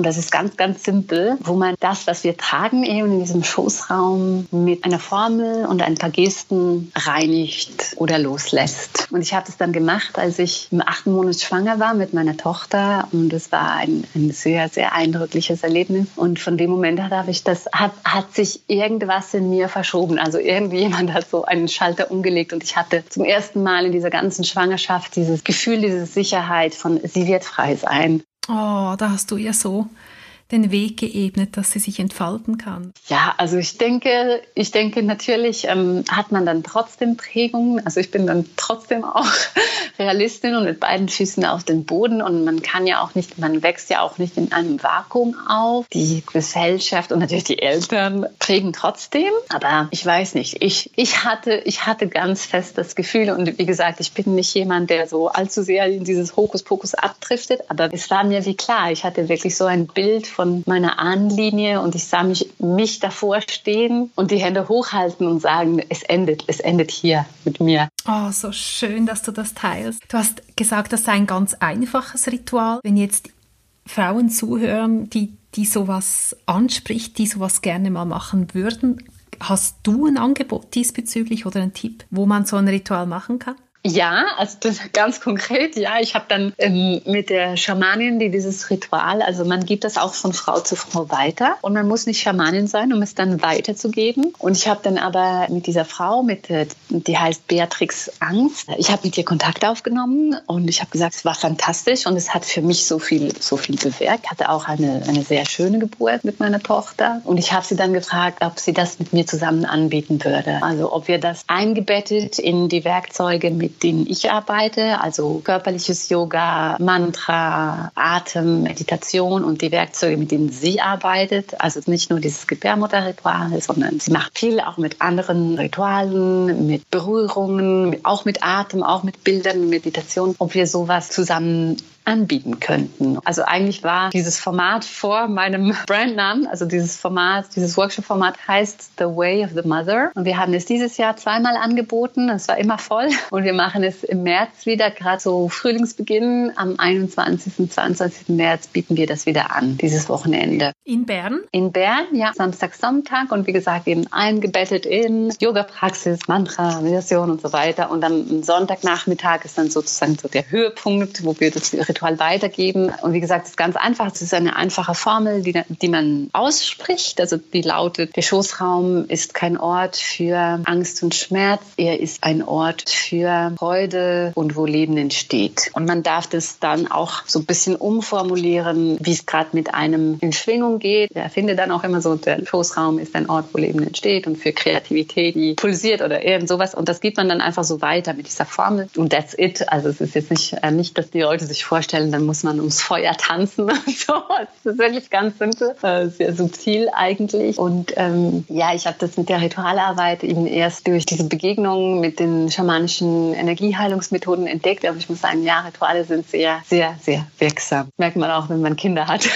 ganz, ganz simpel, wo man das, was wir tragen, eben in diesem Schoßraum mit einer Formel und ein paar Gesten reinigt oder loslässt. Und ich habe das dann gemacht, als ich im achten Monat schwanger war mit meiner Tochter. Und es war ein, ein sehr, sehr eindrückliches Erlebnis. Und von dem Moment an habe ich das, hat, hat sich irgendwas in mir verschoben. Also irgendjemand hat so einen Schalter umgelegt und ich hatte zum ersten Mal in dieser ganzen Schwangerschaft dieses Gefühl, diese Sicherheit von, sie wird frei sein. Oh, da hast du ja so den Weg geebnet, dass sie sich entfalten kann. Ja, also ich denke, ich denke natürlich ähm, hat man dann trotzdem Prägungen. Also ich bin dann trotzdem auch Realistin und mit beiden Füßen auf dem Boden. Und man kann ja auch nicht, man wächst ja auch nicht in einem Vakuum auf. Die Gesellschaft und natürlich die Eltern prägen trotzdem. Aber ich weiß nicht, ich, ich, hatte, ich hatte ganz fest das Gefühl, und wie gesagt, ich bin nicht jemand, der so allzu sehr in dieses Hokuspokus abdriftet. Aber es war mir wie klar, ich hatte wirklich so ein Bild von meiner Ahnenlinie und ich sah mich, mich davor stehen und die Hände hochhalten und sagen, es endet, es endet hier mit mir. Oh, so schön, dass du das teilst. Du hast gesagt, das sei ein ganz einfaches Ritual. Wenn jetzt Frauen zuhören, die, die sowas anspricht, die sowas gerne mal machen würden, hast du ein Angebot diesbezüglich oder einen Tipp, wo man so ein Ritual machen kann? Ja, also das ganz konkret, ja. Ich habe dann ähm, mit der Schamanin, die dieses Ritual, also man gibt das auch von Frau zu Frau weiter und man muss nicht Schamanin sein, um es dann weiterzugeben. Und ich habe dann aber mit dieser Frau, mit äh, die heißt Beatrix Angst, ich habe mit ihr Kontakt aufgenommen und ich habe gesagt, es war fantastisch und es hat für mich so viel, so viel bewirkt. Ich hatte auch eine, eine sehr schöne Geburt mit meiner Tochter und ich habe sie dann gefragt, ob sie das mit mir zusammen anbieten würde. Also ob wir das eingebettet in die Werkzeuge, mit denen ich arbeite, also körperliches Yoga, Mantra, Atem, Meditation und die Werkzeuge, mit denen sie arbeitet. Also nicht nur dieses Gebärmutterritual, sondern sie macht viel auch mit anderen Ritualen, mit Berührungen, auch mit Atem, auch mit Bildern, Meditation, ob wir sowas zusammen anbieten könnten. Also eigentlich war dieses Format vor meinem Brandnamen, also dieses Format, dieses Workshop-Format heißt The Way of the Mother und wir haben es dieses Jahr zweimal angeboten, es war immer voll und wir machen es im März wieder, gerade so Frühlingsbeginn, am einundzwanzigsten und zweiundzwanzigsten März bieten wir das wieder an, dieses Wochenende. In Bern? In Bern, ja, Samstag, Sonntag und wie gesagt eben eingebettet in Yoga-Praxis, Mantra, Meditation und so weiter und dann am Sonntagnachmittag ist dann sozusagen so der Höhepunkt, wo wir das Ritual weitergeben. Und wie gesagt, es ist ganz einfach. Es ist eine einfache Formel, die, die man ausspricht. Also die lautet, der Schoßraum ist kein Ort für Angst und Schmerz. Er ist ein Ort für Freude und wo Leben entsteht. Und man darf das dann auch so ein bisschen umformulieren, wie es gerade mit einem in Schwingung geht. Er findet dann auch immer so, der Schoßraum ist ein Ort, wo Leben entsteht und für Kreativität, die pulsiert oder irgend sowas. Und das gibt man dann einfach so weiter mit dieser Formel. Und that's it. Also es ist jetzt nicht, äh, nicht, dass die Leute sich vorstellen, dann muss man ums Feuer tanzen. So, es ist wirklich ganz simpel, sehr subtil eigentlich. Und ähm, ja, ich habe das mit der Ritualarbeit eben erst durch diese Begegnungen mit den schamanischen Energieheilungsmethoden entdeckt. Aber ich muss sagen, ja, Rituale sind sehr, sehr, sehr wirksam. Merkt man auch, wenn man Kinder hat.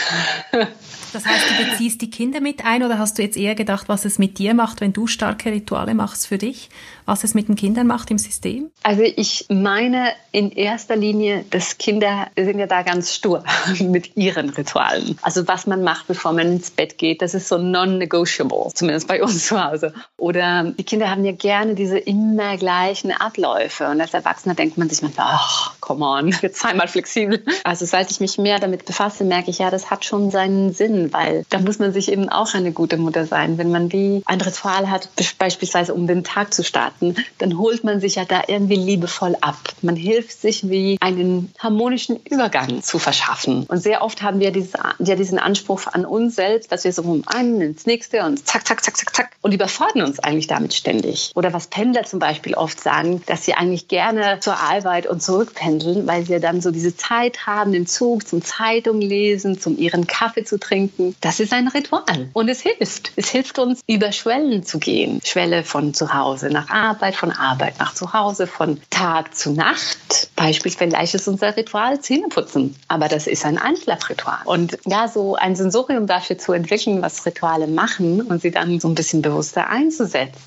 Das heißt, du beziehst die Kinder mit ein oder hast du jetzt eher gedacht, was es mit dir macht, wenn du starke Rituale machst für dich, was es mit den Kindern macht im System? Also ich meine in erster Linie, dass Kinder sind ja da ganz stur mit ihren Ritualen. Also was man macht, bevor man ins Bett geht, das ist so non-negotiable, zumindest bei uns zu Hause. Oder die Kinder haben ja gerne diese immer gleichen Abläufe und als Erwachsener denkt man sich manchmal, ach, come on, jetzt sei mal flexibel. Also seit ich mich mehr damit befasse, merke ich, ja, das hat schon seinen Sinn, weil da muss man sich eben auch eine gute Mutter sein. Wenn man wie ein Ritual hat, beispielsweise um den Tag zu starten, dann holt man sich ja da irgendwie liebevoll ab. Man hilft sich, wie einen harmonischen Übergang zu verschaffen. Und sehr oft haben wir dieses, ja, diesen Anspruch an uns selbst, dass wir so vom einen ins nächste und zack, zack, zack, zack, zack und überfordern uns eigentlich damit ständig. Oder was Pendler zum Beispiel oft sagen, dass sie eigentlich gerne zur Arbeit und zurückpendeln, weil sie dann so diese Zeit haben im Zug zum Zeitung lesen, zum ihren Kaffee zu trinken. Das ist ein Ritual und es hilft. Es hilft uns, über Schwellen zu gehen. Schwelle von zu Hause nach Arbeit, von Arbeit nach zu Hause, von Tag zu Nacht. Beispiel vielleicht ist unser Ritual Zähneputzen, aber das ist ein Einschlafritual. Und ja, so ein Sensorium dafür zu entwickeln, was Rituale machen und sie dann so ein bisschen bewusster einzusetzen.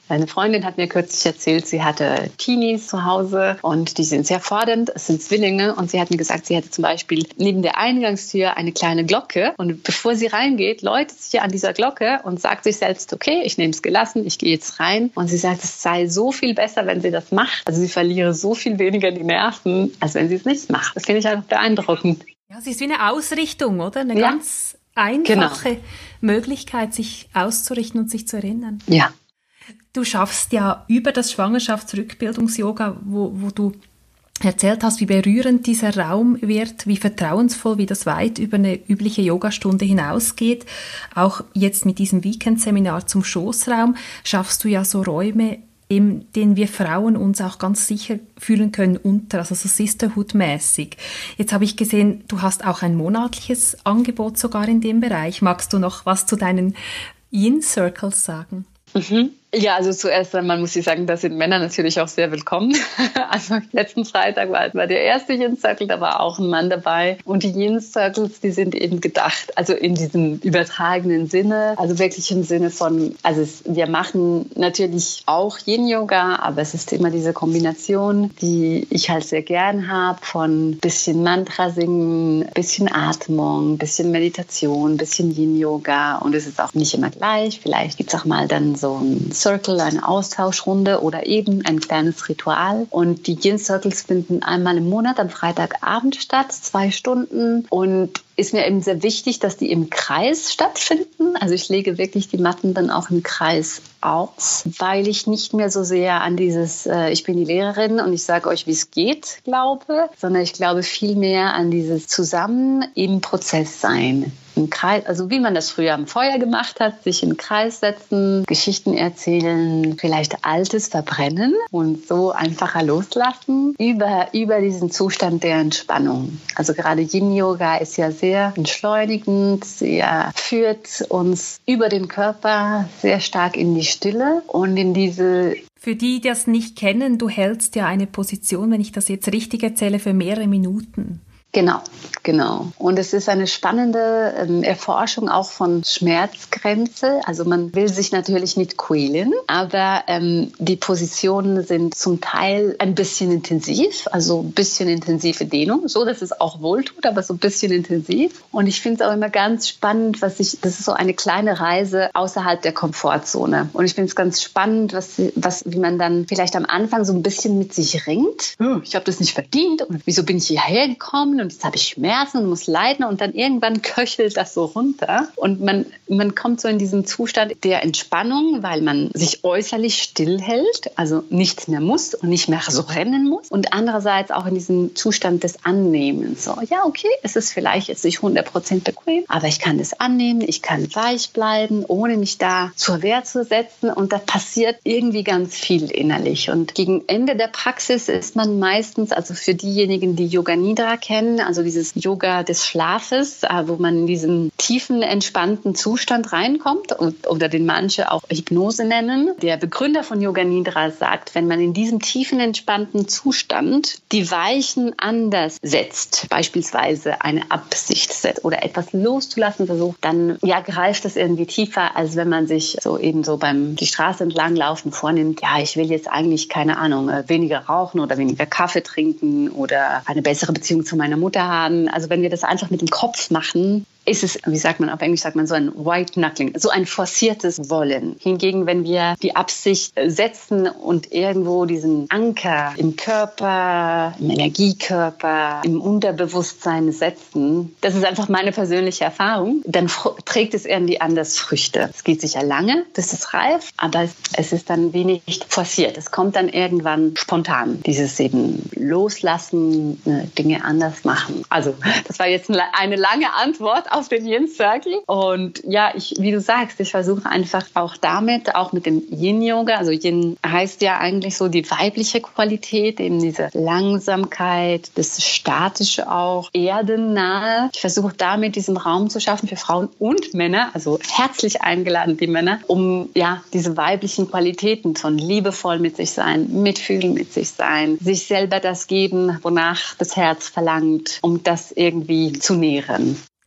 Eine Freundin hat mir kürzlich erzählt, sie hatte Teenies zu Hause und die sind sehr fordernd, es sind Zwillinge und sie hat mir gesagt, sie hätte zum Beispiel neben der Eingangstür eine kleine Glocke und bevor sie reingeht, läutet sie an dieser Glocke und sagt sich selbst, okay, ich nehme es gelassen, ich gehe jetzt rein und sie sagt, es sei so viel besser, wenn sie das macht. Also sie verliere so viel weniger die Nerven, als wenn sie es nicht macht. Das finde ich einfach beeindruckend. Ja, es ist wie eine Ausrichtung, oder? Eine ja. ganz einfache genau. Möglichkeit, sich auszurichten und sich zu erinnern. Ja. Du schaffst ja über das Schwangerschaftsrückbildungs-Yoga, wo, wo du erzählt hast, wie berührend dieser Raum wird, wie vertrauensvoll, wie das weit über eine übliche Yogastunde hinausgeht. Auch jetzt mit diesem Weekend-Seminar zum Schoßraum schaffst du ja so Räume, in denen wir Frauen uns auch ganz sicher fühlen können unter, also so Sisterhood-mäßig. Jetzt habe ich gesehen, du hast auch ein monatliches Angebot sogar in dem Bereich. Magst du noch was zu deinen Yin-Circles sagen? Mhm. Ja, also zuerst einmal muss ich sagen, da sind Männer natürlich auch sehr willkommen. Also letzten Freitag war, war der erste Yin-Circle, da war auch ein Mann dabei. Und die Yin-Circles, die sind eben gedacht, also in diesem übertragenen Sinne, also wirklich im Sinne von, also es, wir machen natürlich auch Yin-Yoga, aber es ist immer diese Kombination, die ich halt sehr gern habe, von bisschen Mantra singen, bisschen Atmung, bisschen Meditation, bisschen Yin-Yoga. Und es ist auch nicht immer gleich. Vielleicht gibt es auch mal dann so ein Circle, eine Austauschrunde oder eben ein kleines Ritual. Und die Yin-Circles finden einmal im Monat am Freitagabend statt, zwei Stunden. Und ist mir eben sehr wichtig, dass die im Kreis stattfinden. Also ich lege wirklich die Matten dann auch im Kreis aus, weil ich nicht mehr so sehr an dieses äh, ich bin die Lehrerin und ich sage euch, wie es geht, glaube, sondern ich glaube viel mehr an dieses Zusammen im Prozess sein. Im Kreis, also wie man das früher am Feuer gemacht hat, sich in den Kreis setzen, Geschichten erzählen, vielleicht Altes verbrennen und so einfacher loslassen über, über diesen Zustand der Entspannung. Also gerade Yin-Yoga ist ja sehr entschleunigend, sehr, führt uns über den Körper sehr stark in die Stille und in diese... Für die, die das nicht kennen, du hältst ja eine Position, wenn ich das jetzt richtig erzähle, für mehrere Minuten. Genau, genau. Und es ist eine spannende ähm, Erforschung auch von Schmerzgrenze. Also man will sich natürlich nicht quälen, aber ähm, die Positionen sind zum Teil ein bisschen intensiv, also ein bisschen intensive Dehnung, so dass es auch wohltut, aber so ein bisschen intensiv. Und ich finde es auch immer ganz spannend, was ich, das ist so eine kleine Reise außerhalb der Komfortzone. Und ich finde es ganz spannend, was, was, wie man dann vielleicht am Anfang so ein bisschen mit sich ringt. Oh, ich habe das nicht verdient und wieso bin ich hierher gekommen? Und jetzt habe ich Schmerzen und muss leiden und dann irgendwann köchelt das so runter und man, man kommt so in diesen Zustand der Entspannung, weil man sich äußerlich stillhält, also nichts mehr muss und nicht mehr so rennen muss und andererseits auch in diesem Zustand des Annehmens. So, ja, okay, es ist vielleicht jetzt nicht hundert Prozent bequem, aber ich kann das annehmen, ich kann weich bleiben, ohne mich da zur Wehr zu setzen und da passiert irgendwie ganz viel innerlich und gegen Ende der Praxis ist man meistens, also für diejenigen, die Yoga Nidra kennen, also dieses Yoga des Schlafes, wo man in diesen tiefen, entspannten Zustand reinkommt oder den manche auch Hypnose nennen. Der Begründer von Yoga Nidra sagt, wenn man in diesem tiefen, entspannten Zustand die Weichen anders setzt, beispielsweise eine Absicht setzt oder etwas loszulassen versucht, dann ja, greift das irgendwie tiefer, als wenn man sich so eben so beim die Straße entlang laufen vornimmt, ja, ich will jetzt eigentlich, keine Ahnung, weniger rauchen oder weniger Kaffee trinken oder eine bessere Beziehung zu meiner Mutter haben. Also wenn wir das einfach mit dem Kopf machen, ist es, wie sagt man, auf Englisch sagt man so ein White Knuckling, so ein forciertes Wollen. Hingegen, wenn wir die Absicht setzen und irgendwo diesen Anker im Körper, im Energiekörper, im Unterbewusstsein setzen, das ist einfach meine persönliche Erfahrung, dann trägt es irgendwie anders Früchte. Es geht sicher lange, bis es reift, aber es ist dann wenig forciert. Es kommt dann irgendwann spontan, dieses eben Loslassen, Dinge anders machen. Also das war jetzt eine lange Antwort auf den Yin-Circle. Und ja, ich, wie du sagst, ich versuche einfach auch damit, auch mit dem Yin-Yoga, also Yin heißt ja eigentlich so die weibliche Qualität, eben diese Langsamkeit, das Statische auch, erdennahe. Ich versuche damit diesen Raum zu schaffen für Frauen und Männer, also herzlich eingeladen die Männer, um ja diese weiblichen Qualitäten von liebevoll mit sich sein, mitfühlen mit sich sein, sich selber das geben, wonach das Herz verlangt, um das irgendwie zu nähren.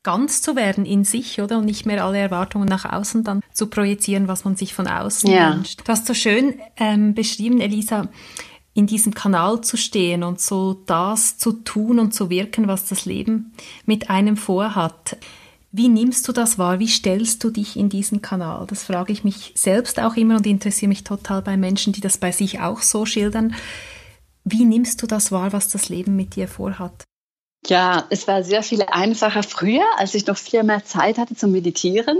ganz zu werden in sich, oder? Und nicht mehr alle Erwartungen nach außen dann zu projizieren, was man sich von außen ja. wünscht. Du hast so schön ähm, beschrieben, Elisa, in diesem Kanal zu stehen und so das zu tun und zu wirken, was das Leben mit einem vorhat. Wie nimmst du das wahr? Wie stellst du dich in diesen Kanal? Das frage ich mich selbst auch immer und interessiere mich total bei Menschen, die das bei sich auch so schildern. Wie nimmst du das wahr, was das Leben mit dir vorhat? Ja, es war sehr viel einfacher früher, als ich noch viel mehr Zeit hatte zum Meditieren.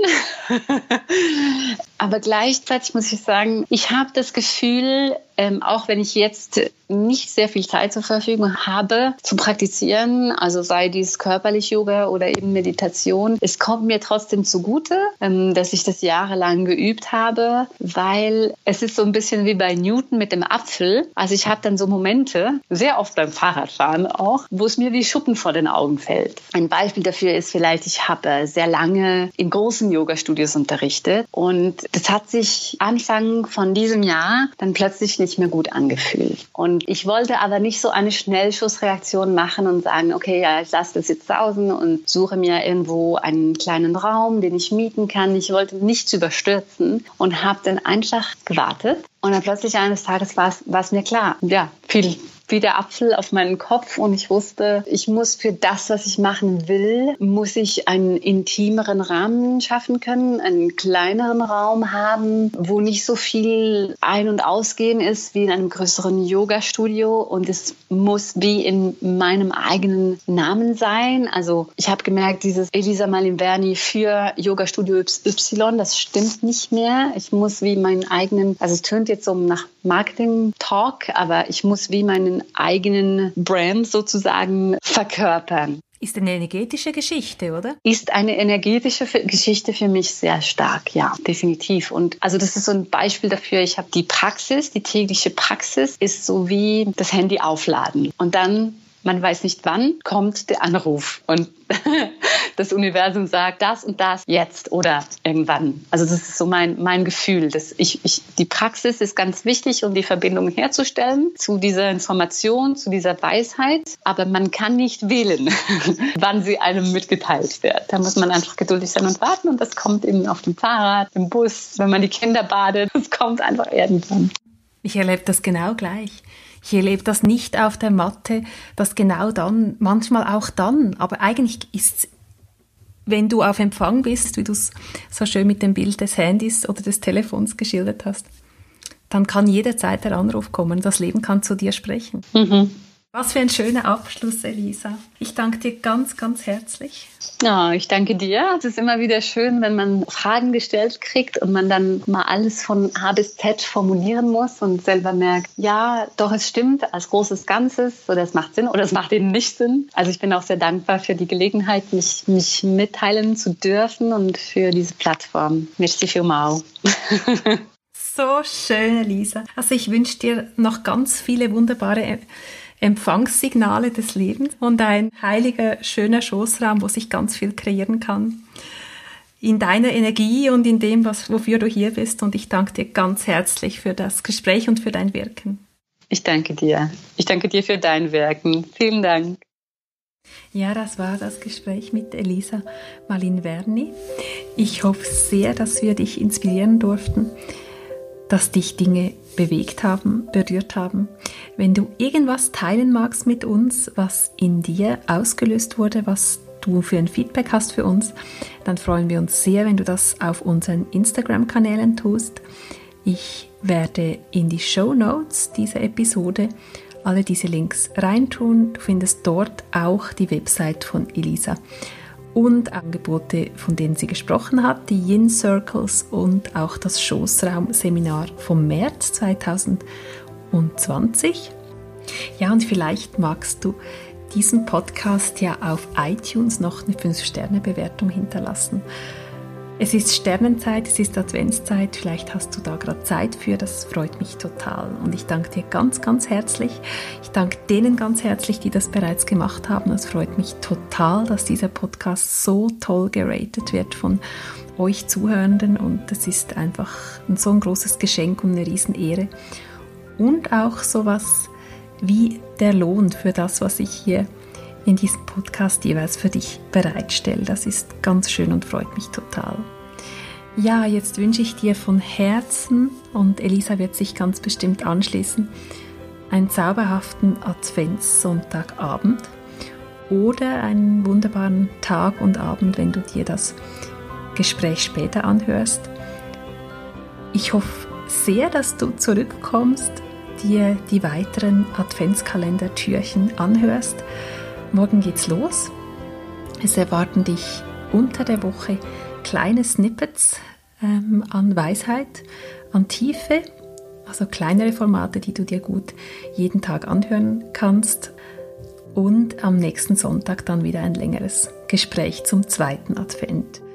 Aber gleichzeitig muss ich sagen, ich habe das Gefühl, ähm, auch wenn ich jetzt nicht sehr viel Zeit zur Verfügung habe, zu praktizieren, also sei dies körperlich Yoga oder eben Meditation, es kommt mir trotzdem zugute, ähm, dass ich das jahrelang geübt habe, weil es ist so ein bisschen wie bei Newton mit dem Apfel. Also ich habe dann so Momente, sehr oft beim Fahrradfahren auch, wo es mir wie Schuppen vor den Augen fällt. Ein Beispiel dafür ist vielleicht, ich habe sehr lange in großen Yoga-Studios unterrichtet und das hat sich Anfang von diesem Jahr dann plötzlich nicht mehr gut angefühlt. Und ich wollte aber nicht so eine Schnellschussreaktion machen und sagen, okay, ja, ich lasse das jetzt sausen und suche mir irgendwo einen kleinen Raum, den ich mieten kann. Ich wollte nichts überstürzen und habe dann einfach gewartet. Und dann plötzlich eines Tages war es mir klar, ja, viel wie der Apfel auf meinen Kopf und ich wusste, ich muss für das, was ich machen will, muss ich einen intimeren Rahmen schaffen können, einen kleineren Raum haben, wo nicht so viel Ein- und Ausgehen ist wie in einem größeren Yoga-Studio und es muss wie in meinem eigenen Namen sein. Also ich habe gemerkt, dieses Elisa Malin-Werni für Yoga-Studio Y, das stimmt nicht mehr. Ich muss wie meinen eigenen, also es tönt jetzt so nach Marketing-Talk, aber ich muss wie meinen eigenen Brand sozusagen verkörpern. Ist eine energetische Geschichte, oder? Ist eine energetische Geschichte für mich sehr stark, ja, definitiv. Und also das ist so ein Beispiel dafür, ich habe die Praxis, die tägliche Praxis ist so wie das Handy aufladen. Und dann, man weiß nicht wann, kommt der Anruf und das Universum sagt das und das jetzt oder irgendwann. Also das ist so mein, mein Gefühl. Dass ich, ich, die Praxis ist ganz wichtig, um die Verbindung herzustellen zu dieser Information, zu dieser Weisheit. Aber man kann nicht wählen, wann sie einem mitgeteilt wird. Da muss man einfach geduldig sein und warten und das kommt eben auf dem Fahrrad, im Bus, wenn man die Kinder badet. Das kommt einfach irgendwann. Ich erlebe das genau gleich. Ich erlebe das nicht auf der Matte, das genau dann, manchmal auch dann. Aber eigentlich ist es, wenn du auf Empfang bist, wie du es so schön mit dem Bild des Handys oder des Telefons geschildert hast, dann kann jederzeit der Anruf kommen. Das Leben kann zu dir sprechen. Mhm. Was für ein schöner Abschluss, Elisa. Ich danke dir ganz, ganz herzlich. Ja, ich danke dir. Es ist immer wieder schön, wenn man Fragen gestellt kriegt und man dann mal alles von A bis Z formulieren muss und selber merkt, ja, doch, es stimmt als großes Ganzes oder es macht Sinn oder es macht eben nicht Sinn. Also ich bin auch sehr dankbar für die Gelegenheit, mich, mich mitteilen zu dürfen und für diese Plattform. Merci vielmals. So schön, Elisa. Also ich wünsche dir noch ganz viele wunderbare Empfangssignale des Lebens und ein heiliger, schöner Schoßraum, wo sich ganz viel kreieren kann. In deiner Energie und in dem, was, wofür du hier bist. Und ich danke dir ganz herzlich für das Gespräch und für dein Wirken. Ich danke dir. Ich danke dir für dein Wirken. Vielen Dank. Ja, das war das Gespräch mit Elisa Malin-Werni. Ich hoffe sehr, dass wir dich inspirieren durften, dass dich Dinge bewegt haben, berührt haben. Wenn du irgendwas teilen magst mit uns, was in dir ausgelöst wurde, was du für ein Feedback hast für uns, dann freuen wir uns sehr, wenn du das auf unseren Instagram-Kanälen tust. Ich werde in die Shownotes dieser Episode alle diese Links reintun. Du findest dort auch die Website von Elisa und Angebote, von denen sie gesprochen hat, die Yin Circles und auch das Schoßraum-Seminar vom März zwanzig zwanzig. Ja, und vielleicht magst du diesen Podcast ja auf iTunes noch eine fünf Sterne Bewertung hinterlassen. Es ist Sternenzeit, es ist Adventszeit, vielleicht hast du da gerade Zeit für, das freut mich total. Und ich danke dir ganz, ganz herzlich. Ich danke denen ganz herzlich, die das bereits gemacht haben. Es freut mich total, dass dieser Podcast so toll geratet wird von euch Zuhörenden. Und das ist einfach ein so ein großes Geschenk und eine Riesenehre. Und auch sowas wie der Lohn für das, was ich hier in diesem Podcast jeweils für dich bereitstelle. Das ist ganz schön und freut mich total. Ja, jetzt wünsche ich dir von Herzen, und Elisa wird sich ganz bestimmt anschließen, einen zauberhaften Adventssonntagabend oder einen wunderbaren Tag und Abend, wenn du dir das Gespräch später anhörst. Ich hoffe sehr, dass du zurückkommst, dir die weiteren Adventskalender-Türchen anhörst. Morgen geht's los. Es erwarten dich unter der Woche kleine Snippets ähm, an Weisheit, an Tiefe, also kleinere Formate, die du dir gut jeden Tag anhören kannst. Und am nächsten Sonntag dann wieder ein längeres Gespräch zum zweiten Advent.